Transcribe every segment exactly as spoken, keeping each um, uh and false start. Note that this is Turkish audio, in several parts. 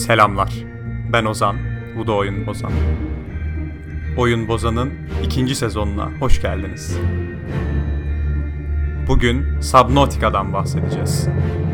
Selamlar. Ben Ozan. Bu da Oyun Bozan. Oyun Bozan'ın ikinci sezonuna hoş geldiniz. Bugün Subnautica'dan bahsedeceğiz.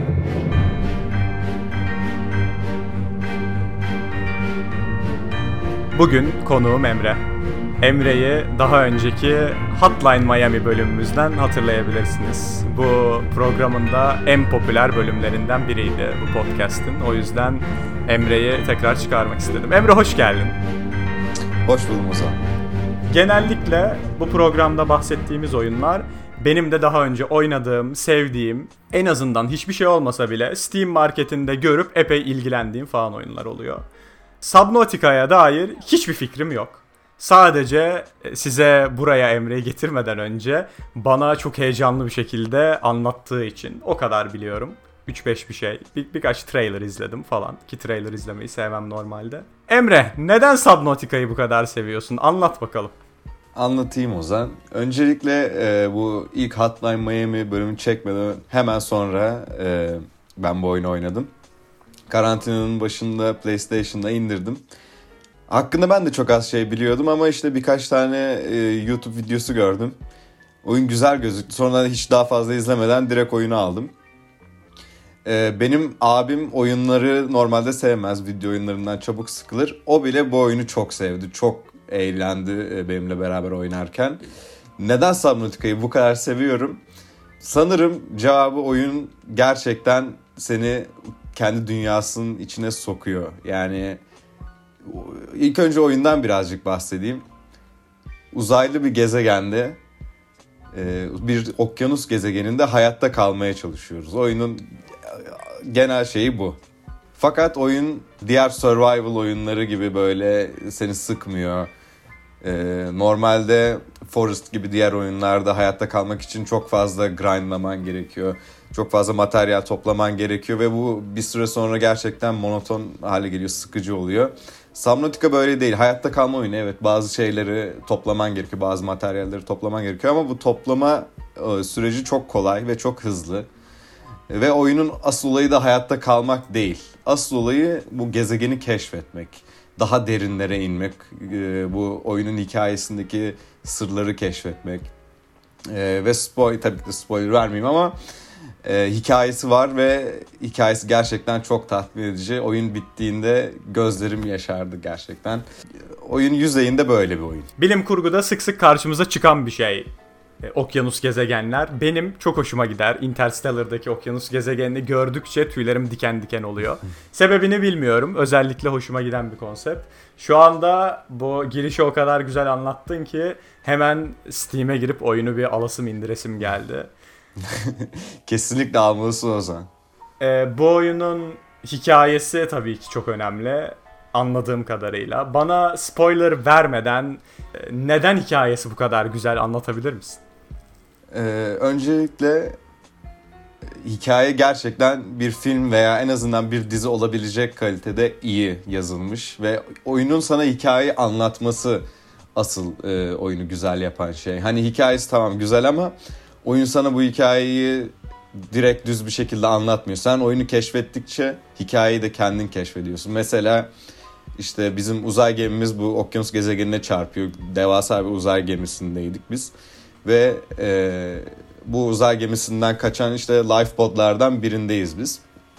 Bugün konuğum Emre. Emre'yi daha önceki Hotline Miami bölümümüzden hatırlayabilirsiniz. Bu programın da en popüler bölümlerinden biriydi bu podcast'ın. O yüzden Emre'yi tekrar çıkarmak istedim. Emre hoş geldin. Hoş buldum Ozan. Genellikle bu programda bahsettiğimiz oyunlar benim de daha önce oynadığım, sevdiğim, en azından hiçbir şey olmasa bile Steam marketinde görüp epey ilgilendiğim falan oyunlar oluyor. Subnautica'ya dair hiçbir fikrim yok. Sadece size buraya Emre'yi getirmeden önce bana çok heyecanlı bir şekilde anlattığı için o kadar biliyorum. üç beş bir şey. Bir, birkaç trailer izledim falan. Ki trailer izlemeyi sevmem normalde. Emre, neden Subnautica'yı bu kadar seviyorsun? Anlat bakalım. Anlatayım Ozan. Öncelikle e, bu ilk Hotline Miami bölümünü çekmeden hemen sonra e, ben bu oyunu oynadım. Karantinanın başında PlayStation'da indirdim. Hakkında ben de çok az şey biliyordum ama işte birkaç tane e, YouTube videosu gördüm. Oyun güzel gözüktü. Sonra hiç daha fazla izlemeden direkt oyunu aldım. E, benim abim oyunları normalde sevmez. Video oyunlarından çabuk sıkılır. O bile bu oyunu çok sevdi. Çok eğlendi e, benimle beraber oynarken. Neden Subnautica'yı bu kadar seviyorum? Sanırım cevabı oyun gerçekten seni kendi dünyasının içine sokuyor. Yani ilk önce oyundan birazcık bahsedeyim. Uzaylı bir gezegende, bir okyanus gezegeninde hayatta kalmaya çalışıyoruz. Oyunun genel şeyi bu. Fakat oyun diğer survival oyunları gibi böyle seni sıkmıyor. Normalde Forest gibi diğer oyunlarda hayatta kalmak için çok fazla grindlaman gerekiyor. Çok fazla materyal toplaman gerekiyor ve bu bir süre sonra gerçekten monoton hale geliyor, sıkıcı oluyor. Subnautica böyle değil. Hayatta kalma oyunu, evet, bazı şeyleri toplaman gerekiyor, bazı materyalleri toplaman gerekiyor ama bu toplama süreci çok kolay ve çok hızlı. Ve oyunun asıl olayı da hayatta kalmak değil. Asıl olayı bu gezegeni keşfetmek. Daha derinlere inmek, bu oyunun hikayesindeki sırları keşfetmek. Ve spoiler, tabii ki spoiler vermeyeyim ama e, hikayesi var ve hikayesi gerçekten çok tatmin edici. Oyun bittiğinde gözlerim yaşardı gerçekten. Oyun yüzeyinde böyle bir oyun. Bilim kurguda sık sık karşımıza çıkan bir şey. E, okyanus gezegenler. Benim çok hoşuma gider. Interstellar'daki okyanus gezegenini gördükçe tüylerim diken diken oluyor. Sebebini bilmiyorum. Özellikle hoşuma giden bir konsept. Şu anda bu girişi o kadar güzel anlattın ki hemen Steam'e girip oyunu bir alasım indiresim geldi. Kesinlikle almalısın o zaman. E, bu oyunun hikayesi tabii ki çok önemli. Anladığım kadarıyla. Bana spoiler vermeden neden hikayesi bu kadar güzel anlatabilir misin? Ee, öncelikle hikaye gerçekten bir film veya en azından bir dizi olabilecek kalitede iyi yazılmış ve oyunun sana hikayeyi anlatması asıl e, oyunu güzel yapan şey. Hani hikayesi tamam güzel ama oyun sana bu hikayeyi direkt düz bir şekilde anlatmıyor. Sen oyunu keşfettikçe hikayeyi de kendin keşfediyorsun. Mesela işte bizim uzay gemimiz bu okyanus gezegenine çarpıyor. Devasa bir uzay gemisindeydik biz. Ve e, bu uzay gemisinden kaçan işte lifeboatlardan birindeyiz biz.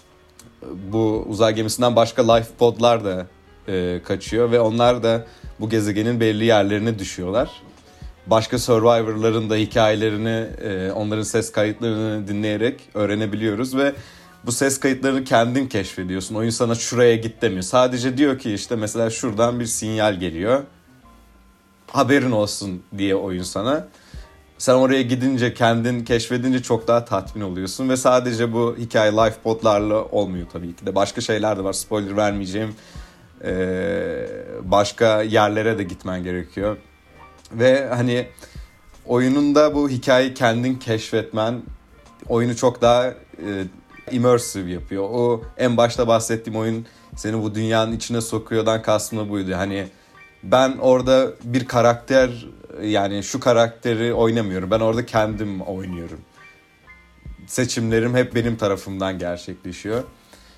Bu uzay gemisinden başka lifeboatlar da e, kaçıyor ve onlar da bu gezegenin belli yerlerine düşüyorlar. Başka survivorların da hikayelerini, e, onların ses kayıtlarını dinleyerek öğrenebiliyoruz ve bu ses kayıtlarını kendin keşfediyorsun. Oyun sana şuraya git demiyor. Sadece diyor ki işte mesela şuradan bir sinyal geliyor. Haberin olsun diye oyun sana. Sen oraya gidince, kendin keşfedince çok daha tatmin oluyorsun. Ve sadece bu hikaye lifeboatlarla olmuyor tabii ki de. Başka şeyler de var. Spoiler vermeyeceğim. Ee, başka yerlere de gitmen gerekiyor. Ve hani oyununda bu hikayeyi kendin keşfetmen oyunu çok daha e, immersive yapıyor. O en başta bahsettiğim oyun seni bu dünyanın içine sokuyordan kastım da buydu. Hani ben orada bir karakter, yani şu karakteri oynamıyorum. Ben orada kendim oynuyorum. Seçimlerim hep benim tarafımdan gerçekleşiyor.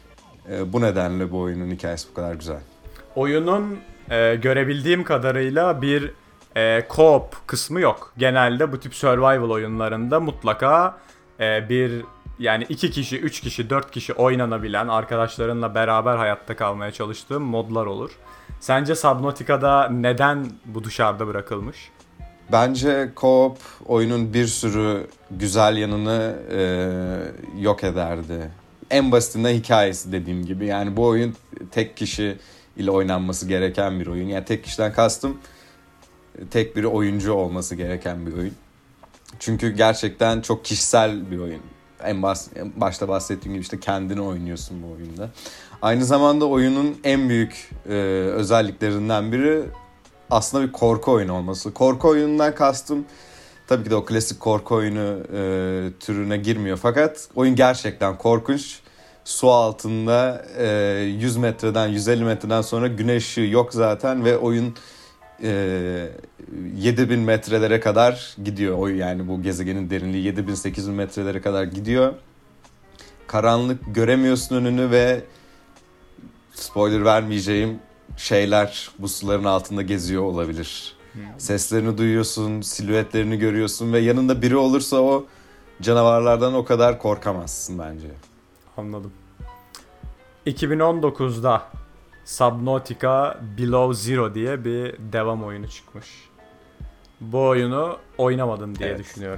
E, bu nedenle bu oyunun hikayesi bu kadar güzel. Oyunun e, görebildiğim kadarıyla bir e, co-op kısmı yok. Genelde bu tip survival oyunlarında mutlaka e, bir yani iki kişi, üç kişi, dört kişi oynanabilen, arkadaşlarınla beraber hayatta kalmaya çalıştığın modlar olur. Sence Subnautica'da neden bu dışarıda bırakılmış? Bence co-op oyunun bir sürü güzel yanını e, yok ederdi. En basitinden hikayesi dediğim gibi. Yani bu oyun tek kişi ile oynanması gereken bir oyun. Yani tek kişiden kastım tek bir oyuncu olması gereken bir oyun. Çünkü gerçekten çok kişisel bir oyun. En, bas, en başta bahsettiğim gibi işte kendini oynuyorsun bu oyunda. Aynı zamanda oyunun en büyük e, özelliklerinden biri aslında bir korku oyunu olması. Korku oyunundan kastım tabii ki de o klasik korku oyunu e, türüne girmiyor. Fakat oyun gerçekten korkunç. Su altında e, yüz metreden yüz elli metreden sonra güneş ışığı yok zaten ve oyun e, yedi bin metrelere kadar gidiyor. O yani bu gezegenin derinliği yedi bin sekiz bin metrelere kadar gidiyor. Karanlık, göremiyorsun önünü ve spoiler vermeyeceğim şeyler bu suların altında geziyor olabilir. Hmm. Seslerini duyuyorsun, silüetlerini görüyorsun ve yanında biri olursa o canavarlardan o kadar korkamazsın bence. Anladım. iki bin on dokuzda Subnautica Below Zero diye bir devam oyunu çıkmış. Bu oyunu oynamadın diye evet. düşünüyorum.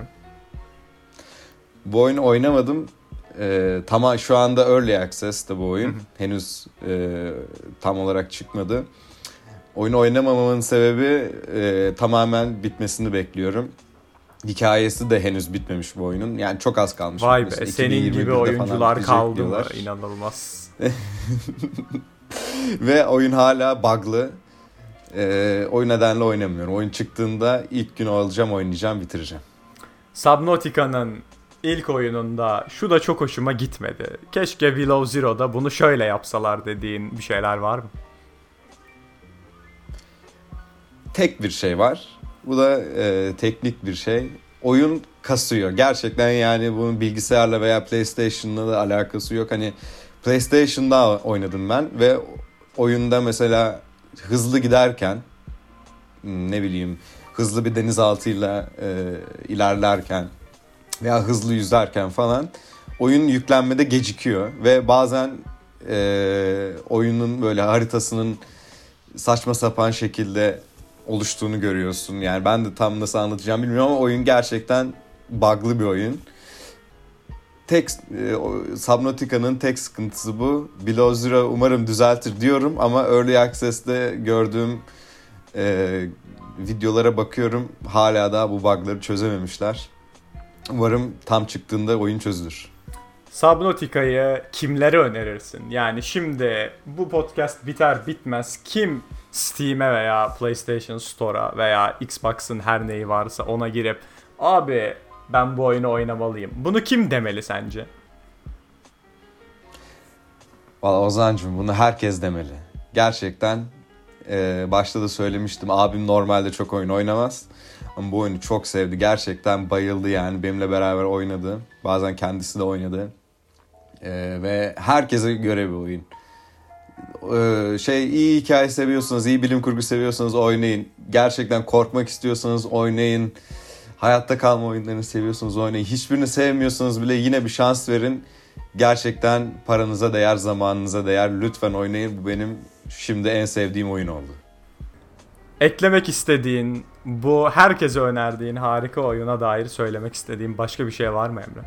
Bu oyunu oynamadım. Ee, tamam şu anda Early Access'te bu oyun. Hı hı. Henüz e, tam olarak çıkmadı. Oyunu oynamamamın sebebi e, tamamen bitmesini bekliyorum. Hikayesi de henüz bitmemiş bu oyunun. Yani çok az kalmış. Vay be, senin gibi oyuncular kaldı mı? İnanılmaz. Ve oyun hala bug'lı. Ee, o nedenle oynamıyorum. Oyun çıktığında ilk gün alacağım, oynayacağım, bitireceğim. Subnautica'nın ilk oyununda şu da çok hoşuma gitmedi. Keşke Below Zero'da bunu şöyle yapsalar dediğin bir şeyler var mı? Tek bir şey var. Bu da e, teknik bir şey. Oyun kasıyor. Gerçekten yani bunun bilgisayarla veya PlayStation'la da alakası yok. Hani PlayStation'da oynadım ben ve oyunda mesela hızlı giderken ne bileyim hızlı bir denizaltıyla e, ilerlerken veya hızlı yüzerken falan oyun yüklenmede gecikiyor ve bazen e, oyunun böyle haritasının saçma sapan şekilde oluştuğunu görüyorsun. Yani ben de tam nasıl anlatacağım bilmiyorum ama oyun gerçekten bug'lı bir oyun. Tek e, Subnautica'nın tek sıkıntısı bu. Below Zero umarım düzeltir diyorum ama Early Access'te gördüğüm e, videolara bakıyorum. Hala da bu bug'ları çözememişler. Umarım tam çıktığında oyun çözülür. Subnautica'yı kimlere önerirsin? Yani şimdi bu podcast biter bitmez kim Steam'e veya PlayStation Store'a veya Xbox'ın her neyi varsa ona girip abi ben bu oyunu oynamalıyım. Bunu kim demeli sence? Valla Ozan'cığım bunu herkes demeli. Gerçekten e, başta da söylemiştim. Abim normalde çok oyun oynamaz. Ama bu oyunu çok sevdi. Gerçekten bayıldı yani. Benimle beraber oynadı. Bazen kendisi de oynadı. E, ve herkese göre bir oyun. E, şey iyi hikaye seviyorsanız, iyi bilim kurgu seviyorsanız oynayın. Gerçekten korkmak istiyorsanız oynayın. Hayatta kalma oyunlarını seviyorsanız oynayın. Hiçbirini sevmiyorsanız bile yine bir şans verin. Gerçekten paranıza değer, zamanınıza değer. Lütfen oynayın. Bu benim şimdi en sevdiğim oyun oldu. Eklemek istediğin, bu herkese önerdiğin harika oyuna dair söylemek istediğin başka bir şey var mı Emre?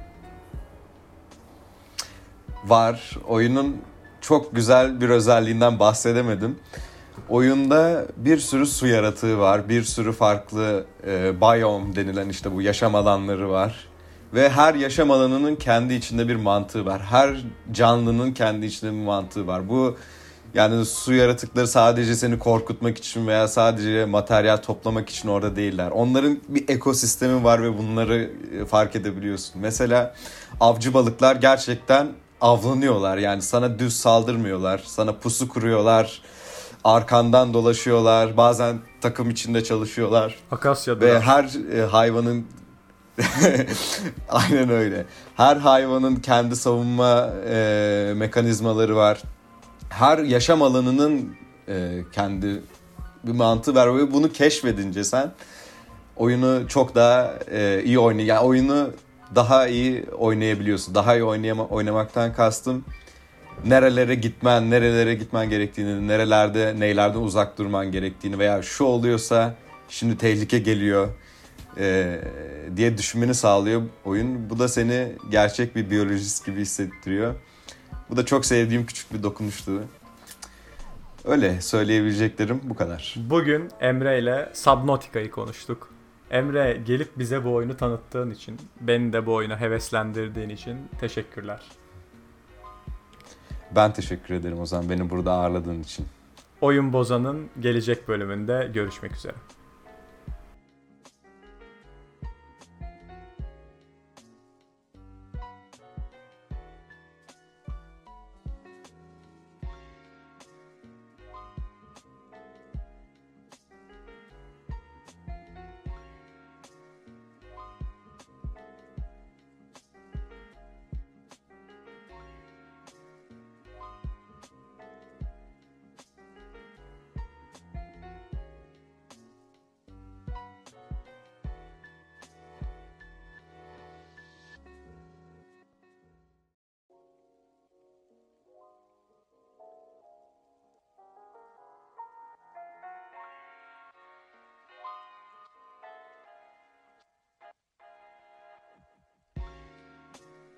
Var. Oyunun çok güzel bir özelliğinden bahsedemedim. Oyunda bir sürü su yaratığı var. Bir sürü farklı e, biome denilen işte bu yaşam alanları var. Ve her yaşam alanının kendi içinde bir mantığı var. Her canlının kendi içinde bir mantığı var. Bu yani su yaratıkları sadece seni korkutmak için veya sadece materyal toplamak için orada değiller. Onların bir ekosistemi var ve bunları fark edebiliyorsun. Mesela avcı balıklar gerçekten avlanıyorlar. Yani sana düz saldırmıyorlar. Sana pusu kuruyorlar. Arkandan dolaşıyorlar. Bazen takım içinde çalışıyorlar. Akasya'da. Ve her e, hayvanın Aynen öyle. Her hayvanın kendi savunma e, mekanizmaları var. Her yaşam alanının e, kendi bir mantığı var ve bunu keşfedince sen oyunu çok daha e, iyi oynay. Yani oyunu daha iyi oynayabiliyorsun. Daha iyi oynayama, oynamaktan kastım nerelere gitmen, nerelere gitmen gerektiğini, nerelerde neylerden uzak durman gerektiğini veya şu oluyorsa şimdi tehlike geliyor e, diye düşünmeni sağlıyor oyun. Bu da seni gerçek bir biyolojist gibi hissettiriyor. Bu da çok sevdiğim küçük bir dokunuştu. Öyle söyleyebileceklerim bu kadar. Bugün Emre ile Subnautica'yı konuştuk. Emre, gelip bize bu oyunu tanıttığın için, beni de bu oyuna heveslendirdiğin için teşekkürler. Ben teşekkür ederim o zaman beni burada ağırladığın için. Oyun Bozan'ın gelecek bölümünde görüşmek üzere.